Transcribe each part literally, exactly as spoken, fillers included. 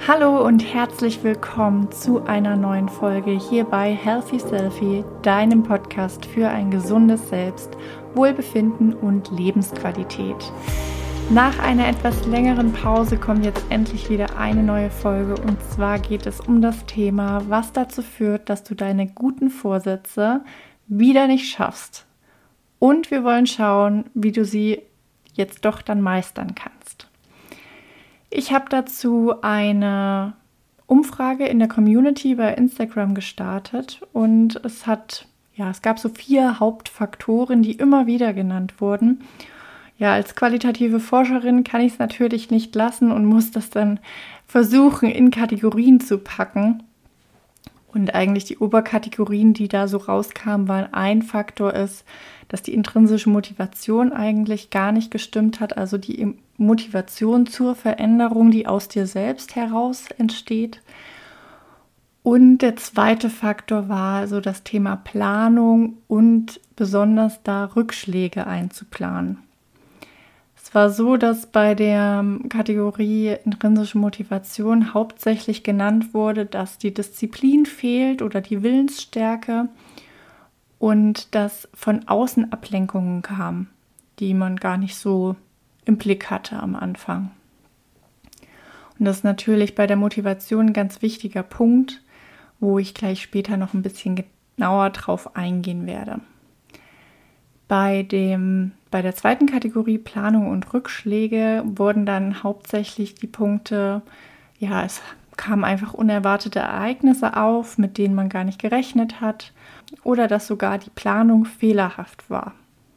Hallo und herzlich willkommen zu einer neuen Folge hier bei Healthy Selfie, deinem Podcast für ein gesundes Selbst, Wohlbefinden und Lebensqualität. Nach einer etwas längeren Pause kommt jetzt endlich wieder eine neue Folge und zwar geht es um das Thema, was dazu führt, dass du deine guten Vorsätze wieder nicht schaffst. Und wir wollen schauen, wie du sie jetzt doch dann meistern kannst. Ich habe dazu eine Umfrage in der Community bei Instagram gestartet und es hat, ja, es gab so vier Hauptfaktoren, die immer wieder genannt wurden. Ja, als qualitative Forscherin kann ich es natürlich nicht lassen und muss das dann versuchen, in Kategorien zu packen. Und eigentlich die Oberkategorien, die da so rauskamen, waren: ein Faktor ist, dass die intrinsische Motivation eigentlich gar nicht gestimmt hat, also die Motivation zur Veränderung, die aus dir selbst heraus entsteht. Und der zweite Faktor war so das Thema Planung und besonders da Rückschläge einzuplanen. Es war so, dass bei der Kategorie intrinsische Motivation hauptsächlich genannt wurde, dass die Disziplin fehlt oder die Willensstärke und dass von außen Ablenkungen kamen, die man gar nicht so im Blick hatte am Anfang. Und das ist natürlich bei der Motivation ein ganz wichtiger Punkt, wo ich gleich später noch ein bisschen genauer drauf eingehen werde. Bei dem, bei der zweiten Kategorie Planung und Rückschläge wurden dann hauptsächlich die Punkte, ja, es kamen einfach unerwartete Ereignisse auf, mit denen man gar nicht gerechnet hat oder dass sogar die Planung fehlerhaft war.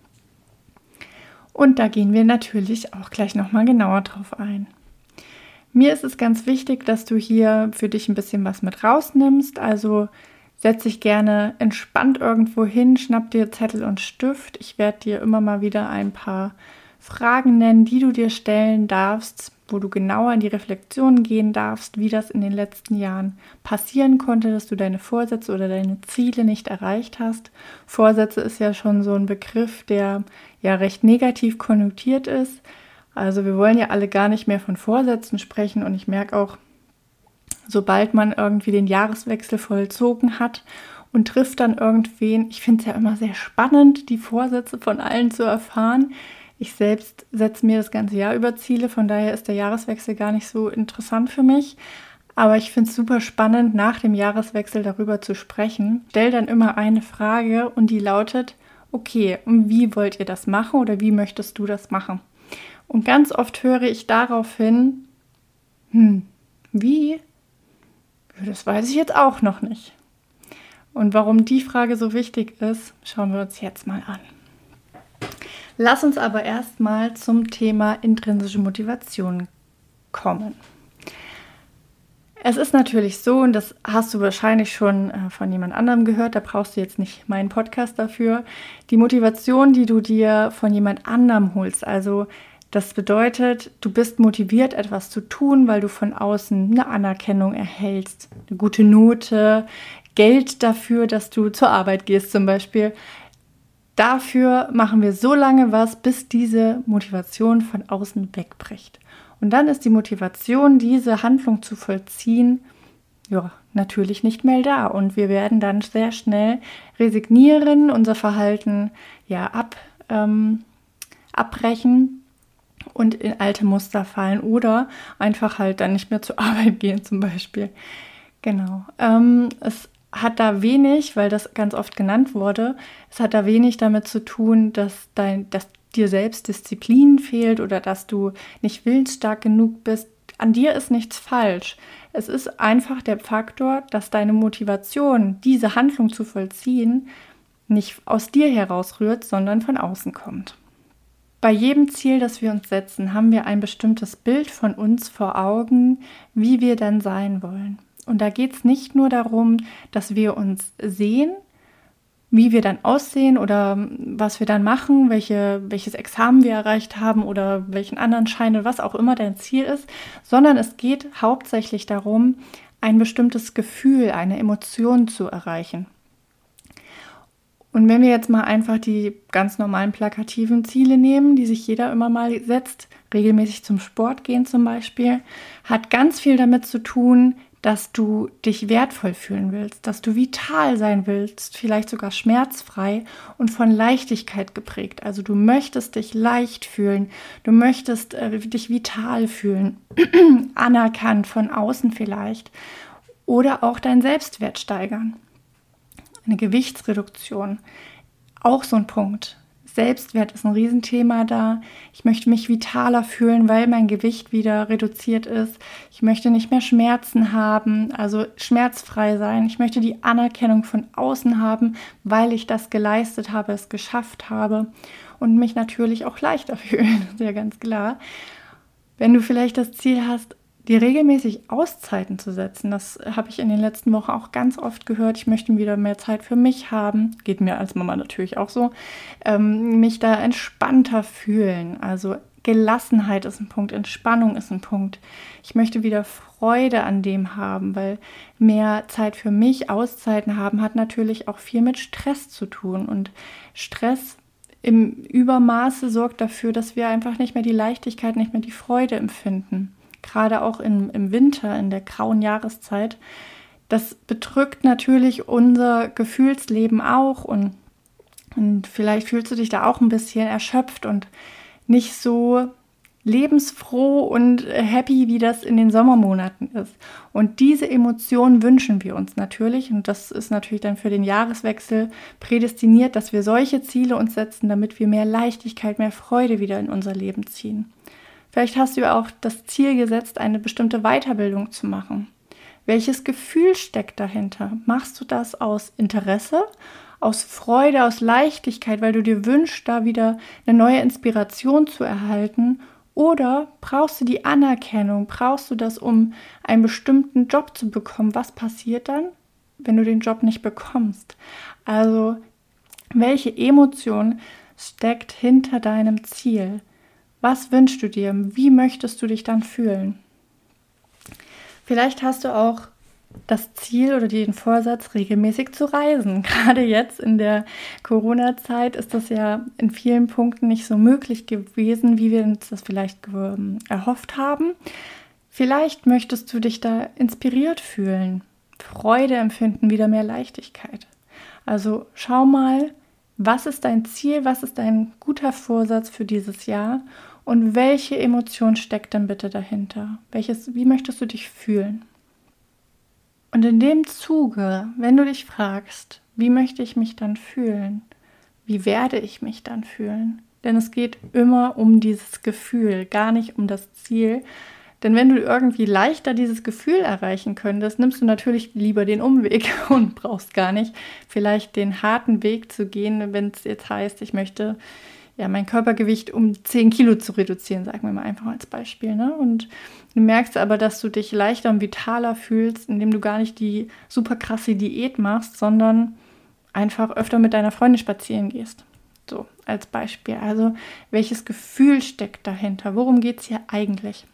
Und da gehen wir natürlich auch gleich nochmal genauer drauf ein. Mir ist es ganz wichtig, dass du hier für dich ein bisschen was mit rausnimmst, also setz dich gerne entspannt irgendwo hin, schnapp dir Zettel und Stift. Ich werde dir immer mal wieder ein paar Fragen nennen, die du dir stellen darfst, wo du genauer in die Reflexion gehen darfst, wie das in den letzten Jahren passieren konnte, dass du deine Vorsätze oder deine Ziele nicht erreicht hast. Vorsätze ist ja schon so ein Begriff, der ja recht negativ konnotiert ist. Also wir wollen ja alle gar nicht mehr von Vorsätzen sprechen und ich merke auch, sobald man irgendwie den Jahreswechsel vollzogen hat und trifft dann irgendwen, ich finde es ja immer sehr spannend, die Vorsätze von allen zu erfahren. Ich selbst setze mir das ganze Jahr über Ziele, von daher ist der Jahreswechsel gar nicht so interessant für mich. Aber ich finde es super spannend, nach dem Jahreswechsel darüber zu sprechen. Stell dann immer eine Frage und die lautet: Okay, und wie wollt ihr das machen oder wie möchtest du das machen? Und ganz oft höre ich daraufhin, hm, wie? Das weiß ich jetzt auch noch nicht. Und warum die Frage so wichtig ist, schauen wir uns jetzt mal an. Lass uns aber erstmal zum Thema intrinsische Motivation kommen. Es ist natürlich so, und das hast du wahrscheinlich schon äh, von jemand anderem gehört, da brauchst du jetzt nicht meinen Podcast dafür, die Motivation, die du dir von jemand anderem holst, also das bedeutet, du bist motiviert, etwas zu tun, weil du von außen eine Anerkennung erhältst, eine gute Note, Geld dafür, dass du zur Arbeit gehst zum Beispiel. Dafür machen wir so lange was, bis diese Motivation von außen wegbricht. Und dann ist die Motivation, diese Handlung zu vollziehen, ja, natürlich nicht mehr da. Und wir werden dann sehr schnell resignieren, unser Verhalten ja ab, ähm, abbrechen und in alte Muster fallen oder einfach halt dann nicht mehr zur Arbeit gehen zum Beispiel. Genau. Ähm, es hat da wenig, weil das ganz oft genannt wurde, es hat da wenig damit zu tun, dass, dein, dass dir selbst Disziplin fehlt oder dass du nicht willensstark genug bist. An dir ist nichts falsch. Es ist einfach der Faktor, dass deine Motivation, diese Handlung zu vollziehen, nicht aus dir herausrührt, sondern von außen kommt. Bei jedem Ziel, das wir uns setzen, haben wir ein bestimmtes Bild von uns vor Augen, wie wir dann sein wollen. Und da geht es nicht nur darum, dass wir uns sehen, wie wir dann aussehen oder was wir dann machen, welche, welches Examen wir erreicht haben oder welchen anderen Schein oder was auch immer dein Ziel ist, sondern es geht hauptsächlich darum, ein bestimmtes Gefühl, eine Emotion zu erreichen. Und wenn wir jetzt mal einfach die ganz normalen plakativen Ziele nehmen, die sich jeder immer mal setzt, regelmäßig zum Sport gehen zum Beispiel, hat ganz viel damit zu tun, dass du dich wertvoll fühlen willst, dass du vital sein willst, vielleicht sogar schmerzfrei und von Leichtigkeit geprägt. Also du möchtest dich leicht fühlen, du möchtest äh, dich vital fühlen, anerkannt von außen vielleicht oder auch deinen Selbstwert steigern. Eine Gewichtsreduktion, auch so ein Punkt. Selbstwert ist ein Riesenthema da. Ich möchte mich vitaler fühlen, weil mein Gewicht wieder reduziert ist. Ich möchte nicht mehr Schmerzen haben, also schmerzfrei sein. Ich möchte die Anerkennung von außen haben, weil ich das geleistet habe, es geschafft habe und mich natürlich auch leichter fühlen, sehr ganz klar. Wenn du vielleicht das Ziel hast, dir regelmäßig Auszeiten zu setzen, das habe ich in den letzten Wochen auch ganz oft gehört. Ich möchte wieder mehr Zeit für mich haben, geht mir als Mama natürlich auch so, ähm, mich da entspannter fühlen. Also Gelassenheit ist ein Punkt, Entspannung ist ein Punkt. Ich möchte wieder Freude an dem haben, weil mehr Zeit für mich, Auszeiten haben, hat natürlich auch viel mit Stress zu tun. Und Stress im Übermaße sorgt dafür, dass wir einfach nicht mehr die Leichtigkeit, nicht mehr die Freude empfinden. Gerade auch im, im Winter, in der grauen Jahreszeit. Das bedrückt natürlich unser Gefühlsleben auch und, und vielleicht fühlst du dich da auch ein bisschen erschöpft und nicht so lebensfroh und happy, wie das in den Sommermonaten ist. Und diese Emotionen wünschen wir uns natürlich und das ist natürlich dann für den Jahreswechsel prädestiniert, dass wir solche Ziele uns setzen, damit wir mehr Leichtigkeit, mehr Freude wieder in unser Leben ziehen. Vielleicht hast du auch das Ziel gesetzt, eine bestimmte Weiterbildung zu machen. Welches Gefühl steckt dahinter? Machst du das aus Interesse, aus Freude, aus Leichtigkeit, weil du dir wünschst, da wieder eine neue Inspiration zu erhalten? Oder brauchst du die Anerkennung? Brauchst du das, um einen bestimmten Job zu bekommen? Was passiert dann, wenn du den Job nicht bekommst? Also, welche Emotion steckt hinter deinem Ziel? Was wünschst du dir? Wie möchtest du dich dann fühlen? Vielleicht hast du auch das Ziel oder den Vorsatz, regelmäßig zu reisen. Gerade jetzt in der Corona-Zeit ist das ja in vielen Punkten nicht so möglich gewesen, wie wir uns das vielleicht erhofft haben. Vielleicht möchtest du dich da inspiriert fühlen, Freude empfinden, wieder mehr Leichtigkeit. Also schau mal, was ist dein Ziel, was ist dein guter Vorsatz für dieses Jahr? Und welche Emotion steckt denn bitte dahinter? Welches, wie möchtest du dich fühlen? Und in dem Zuge, wenn du dich fragst, wie möchte ich mich dann fühlen? Wie werde ich mich dann fühlen? Denn es geht immer um dieses Gefühl, gar nicht um das Ziel. Denn wenn du irgendwie leichter dieses Gefühl erreichen könntest, nimmst du natürlich lieber den Umweg und brauchst gar nicht vielleicht den harten Weg zu gehen, wenn es jetzt heißt, ich möchte ja, mein Körpergewicht um zehn Kilo zu reduzieren, sagen wir mal einfach als Beispiel. Ne? Und du merkst aber, dass du dich leichter und vitaler fühlst, indem du gar nicht die super krasse Diät machst, sondern einfach öfter mit deiner Freundin spazieren gehst. So, als Beispiel. Also, welches Gefühl steckt dahinter? Worum geht es hier eigentlich?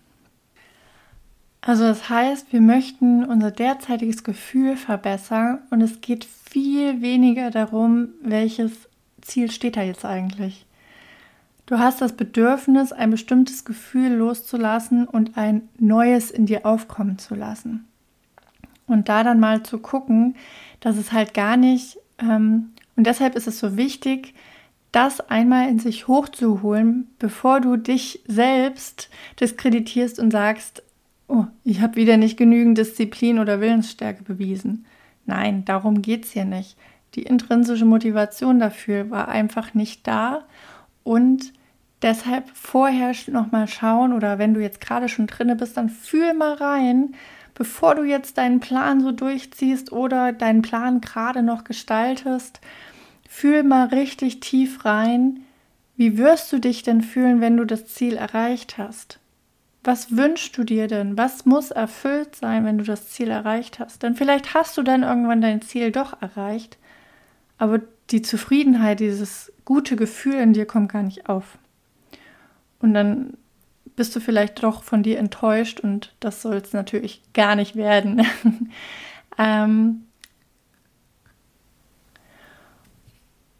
Also das heißt, wir möchten unser derzeitiges Gefühl verbessern und es geht viel weniger darum, welches Ziel steht da jetzt eigentlich. Du hast das Bedürfnis, ein bestimmtes Gefühl loszulassen und ein neues in dir aufkommen zu lassen. Und da dann mal zu gucken, dass es halt gar nicht, ähm, und deshalb ist es so wichtig, das einmal in sich hochzuholen, bevor du dich selbst diskreditierst und sagst, oh, ich habe wieder nicht genügend Disziplin oder Willensstärke bewiesen. Nein, darum geht es hier nicht. Die intrinsische Motivation dafür war einfach nicht da und deshalb vorher nochmal schauen oder wenn du jetzt gerade schon drinne bist, dann fühl mal rein, bevor du jetzt deinen Plan so durchziehst oder deinen Plan gerade noch gestaltest, fühl mal richtig tief rein, wie wirst du dich denn fühlen, wenn du das Ziel erreicht hast? Was wünschst du dir denn? Was muss erfüllt sein, wenn du das Ziel erreicht hast? Denn vielleicht hast du dann irgendwann dein Ziel doch erreicht, aber die Zufriedenheit, dieses gute Gefühl in dir kommt gar nicht auf. Und dann bist du vielleicht doch von dir enttäuscht und das soll es natürlich gar nicht werden. ähm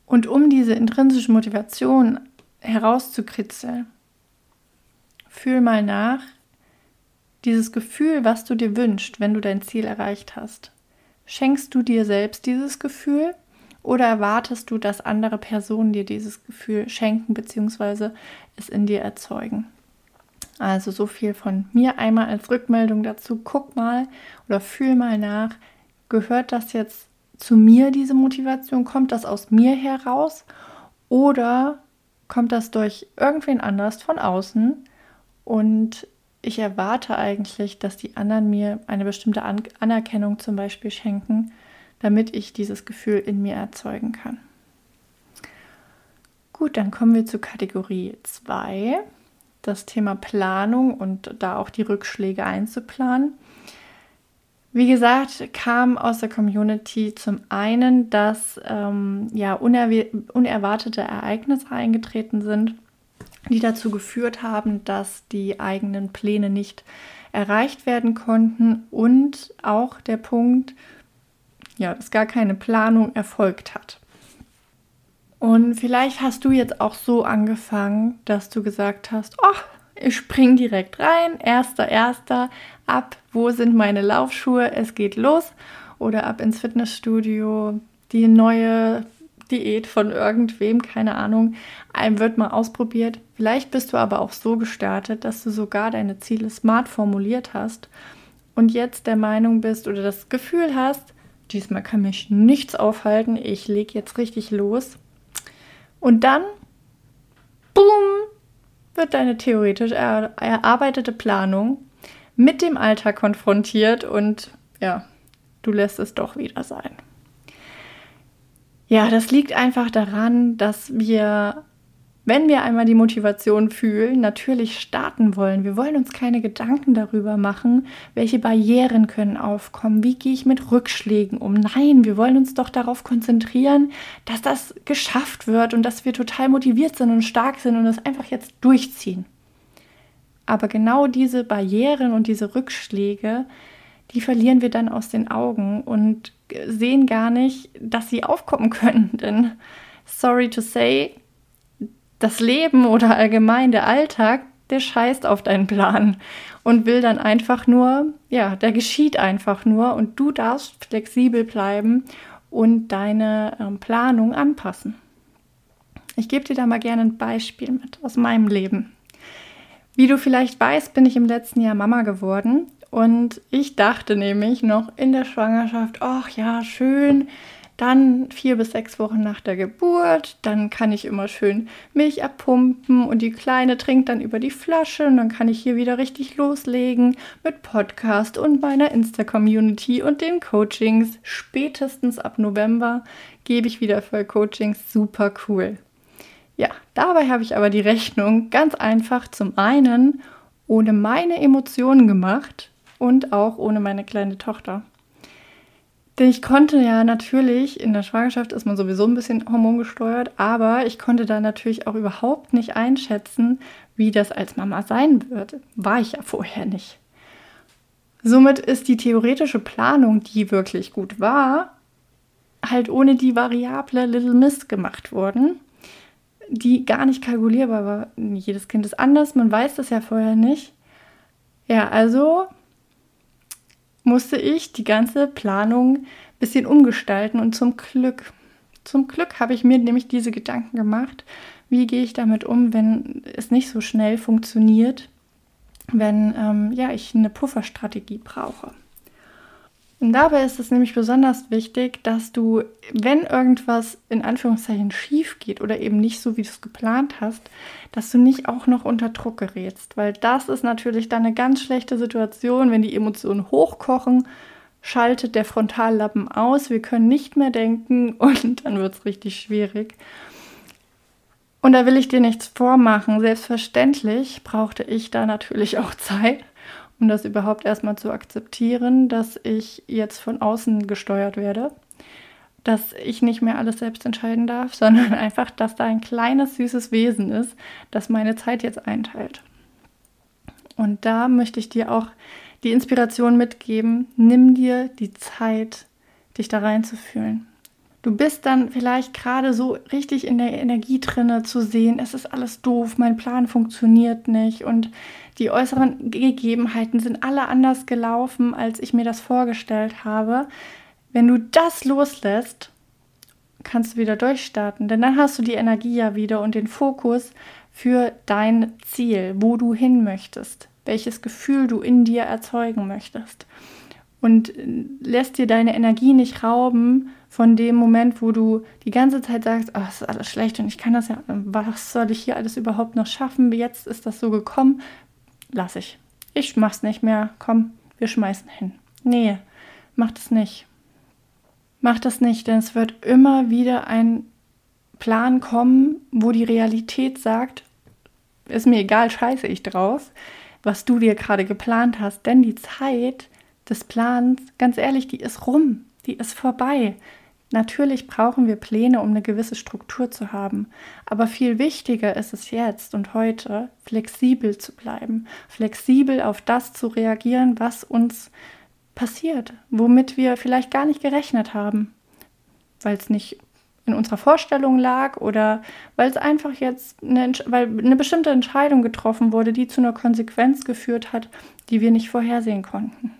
Und um diese intrinsische Motivation herauszukitzeln, fühl mal nach, dieses Gefühl, was du dir wünschst, wenn du dein Ziel erreicht hast. Schenkst du dir selbst dieses Gefühl oder erwartest du, dass andere Personen dir dieses Gefühl schenken bzw. es in dir erzeugen? Also so viel von mir einmal als Rückmeldung dazu. Guck mal oder fühl mal nach, gehört das jetzt zu mir, diese Motivation? Kommt das aus mir heraus oder kommt das durch irgendwen anders von außen? Und ich erwarte eigentlich, dass die anderen mir eine bestimmte An- Anerkennung zum Beispiel schenken, damit ich dieses Gefühl in mir erzeugen kann. Gut, dann kommen wir zu Kategorie zwei, das Thema Planung und da auch die Rückschläge einzuplanen. Wie gesagt, kam aus der Community zum einen, dass ähm, ja, unerw- unerwartete Ereignisse eingetreten sind, die dazu geführt haben, dass die eigenen Pläne nicht erreicht werden konnten und auch der Punkt, ja, dass gar keine Planung erfolgt hat. Und vielleicht hast du jetzt auch so angefangen, dass du gesagt hast, ach, ich spring direkt rein, erster, erster, ab, wo sind meine Laufschuhe, es geht los oder ab ins Fitnessstudio, die neue Diät von irgendwem, keine Ahnung, einem wird mal ausprobiert. Vielleicht bist du aber auch so gestartet, dass du sogar deine Ziele smart formuliert hast und jetzt der Meinung bist oder das Gefühl hast, diesmal kann mich nichts aufhalten, ich lege jetzt richtig los. Und dann, boom, wird deine theoretisch er- erarbeitete Planung mit dem Alltag konfrontiert und ja, du lässt es doch wieder sein. Ja, das liegt einfach daran, dass wir, wenn wir einmal die Motivation fühlen, natürlich starten wollen. Wir wollen uns keine Gedanken darüber machen, welche Barrieren können aufkommen, wie gehe ich mit Rückschlägen um. Nein, wir wollen uns doch darauf konzentrieren, dass das geschafft wird und dass wir total motiviert sind und stark sind und das einfach jetzt durchziehen. Aber genau diese Barrieren und diese Rückschläge, die verlieren wir dann aus den Augen und sehen gar nicht, dass sie aufkommen können. Denn, sorry to say, das Leben oder allgemein der Alltag, der scheißt auf deinen Plan und will dann einfach nur, ja, der geschieht einfach nur und du darfst flexibel bleiben und deine ähm, Planung anpassen. Ich gebe dir da mal gerne ein Beispiel mit aus meinem Leben. Wie du vielleicht weißt, bin ich im letzten Jahr Mama geworden und ich dachte nämlich noch in der Schwangerschaft, ach ja, schön, dann vier bis sechs Wochen nach der Geburt, dann kann ich immer schön Milch abpumpen und die Kleine trinkt dann über die Flasche und dann kann ich hier wieder richtig loslegen mit Podcast und meiner Insta-Community und den Coachings. Spätestens ab November gebe ich wieder voll Coachings, super cool. Ja, dabei habe ich aber die Rechnung ganz einfach zum einen ohne meine Emotionen gemacht und auch ohne meine kleine Tochter. Denn ich konnte ja natürlich, in der Schwangerschaft ist man sowieso ein bisschen hormongesteuert, aber ich konnte da natürlich auch überhaupt nicht einschätzen, wie das als Mama sein wird. War ich ja vorher nicht. Somit ist die theoretische Planung, die wirklich gut war, halt ohne die Variable Little Miss gemacht worden, die gar nicht kalkulierbar war. Jedes Kind ist anders, man weiß das ja vorher nicht. Ja, also musste ich die ganze Planung ein bisschen umgestalten und zum Glück, zum Glück habe ich mir nämlich diese Gedanken gemacht, wie gehe ich damit um, wenn es nicht so schnell funktioniert, wenn ähm, ja, ich eine Pufferstrategie brauche. Und dabei ist es nämlich besonders wichtig, dass du, wenn irgendwas in Anführungszeichen schief geht oder eben nicht so, wie du es geplant hast, dass du nicht auch noch unter Druck gerätst. Weil das ist natürlich dann eine ganz schlechte Situation, wenn die Emotionen hochkochen, schaltet der Frontallappen aus, wir können nicht mehr denken und dann wird es richtig schwierig. Und da will ich dir nichts vormachen. Selbstverständlich brauchte ich da natürlich auch Zeit, um das überhaupt erstmal zu akzeptieren, dass ich jetzt von außen gesteuert werde, dass ich nicht mehr alles selbst entscheiden darf, sondern einfach, dass da ein kleines, süßes Wesen ist, das meine Zeit jetzt einteilt. Und da möchte ich dir auch die Inspiration mitgeben, nimm dir die Zeit, dich da reinzufühlen. Du bist dann vielleicht gerade so richtig in der Energie drinne zu sehen, es ist alles doof, mein Plan funktioniert nicht und die äußeren Gegebenheiten sind alle anders gelaufen, als ich mir das vorgestellt habe. Wenn du das loslässt, kannst du wieder durchstarten, denn dann hast du die Energie ja wieder und den Fokus für dein Ziel, wo du hin möchtest, welches Gefühl du in dir erzeugen möchtest. Und lässt dir deine Energie nicht rauben von dem Moment, wo du die ganze Zeit sagst, oh, es ist alles schlecht und ich kann das ja, was soll ich hier alles überhaupt noch schaffen? Jetzt ist das so gekommen, lass ich. Ich mach's nicht mehr, komm, wir schmeißen hin. Nee, mach das nicht. Mach das nicht, denn es wird immer wieder ein Plan kommen, wo die Realität sagt, ist mir egal, scheiße ich draus, was du dir gerade geplant hast, denn die Zeit des Plans, ganz ehrlich, die ist rum, die ist vorbei. Natürlich brauchen wir Pläne, um eine gewisse Struktur zu haben, aber viel wichtiger ist es jetzt und heute, flexibel zu bleiben, flexibel auf das zu reagieren, was uns passiert, womit wir vielleicht gar nicht gerechnet haben, weil es nicht in unserer Vorstellung lag oder weil es einfach jetzt eine, weil eine bestimmte Entscheidung getroffen wurde, die zu einer Konsequenz geführt hat, die wir nicht vorhersehen konnten.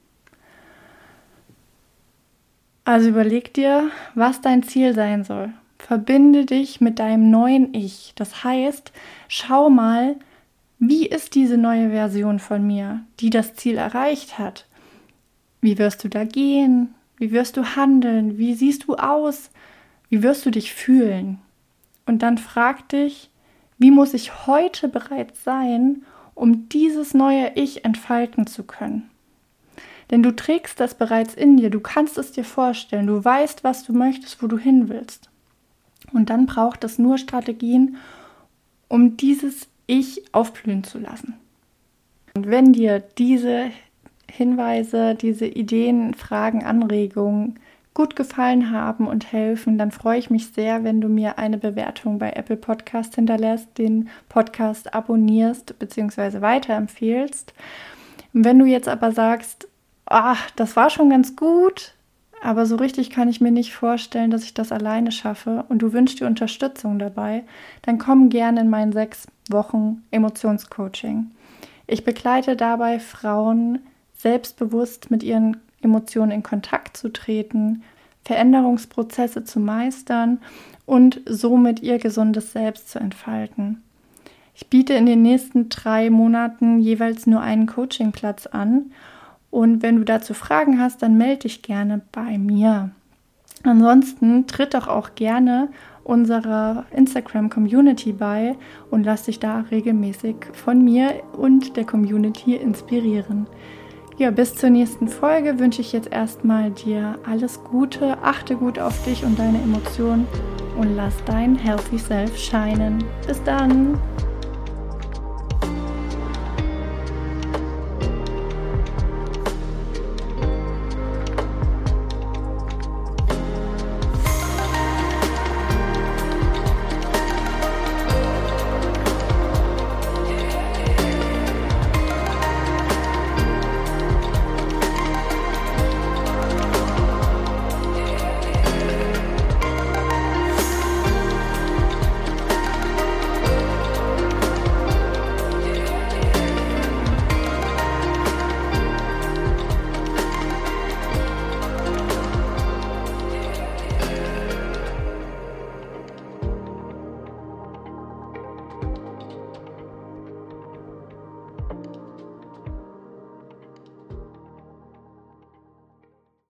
Also überleg dir, was dein Ziel sein soll. Verbinde dich mit deinem neuen Ich. Das heißt, schau mal, wie ist diese neue Version von mir, die das Ziel erreicht hat? Wie wirst du da gehen? Wie wirst du handeln? Wie siehst du aus? Wie wirst du dich fühlen? Und dann frag dich, wie muss ich heute bereits sein, um dieses neue Ich entfalten zu können? Denn du trägst das bereits in dir, du kannst es dir vorstellen, du weißt, was du möchtest, wo du hin willst. Und dann braucht es nur Strategien, um dieses Ich aufblühen zu lassen. Und wenn dir diese Hinweise, diese Ideen, Fragen, Anregungen gut gefallen haben und helfen, dann freue ich mich sehr, wenn du mir eine Bewertung bei Apple Podcast hinterlässt, den Podcast abonnierst bzw. weiterempfehlst. Und wenn du jetzt aber sagst, ach, das war schon ganz gut, aber so richtig kann ich mir nicht vorstellen, dass ich das alleine schaffe und du wünschst dir Unterstützung dabei, dann komm gerne in mein sechs Wochen Emotionscoaching. Ich begleite dabei Frauen, selbstbewusst mit ihren Emotionen in Kontakt zu treten, Veränderungsprozesse zu meistern und somit ihr gesundes Selbst zu entfalten. Ich biete in den nächsten drei Monaten jeweils nur einen Coachingplatz an. Und wenn du dazu Fragen hast, dann melde dich gerne bei mir. Ansonsten tritt doch auch gerne unserer Instagram-Community bei und lass dich da regelmäßig von mir und der Community inspirieren. Ja, bis zur nächsten Folge wünsche ich jetzt erstmal dir alles Gute, achte gut auf dich und deine Emotionen und lass dein Healthy Self scheinen. Bis dann!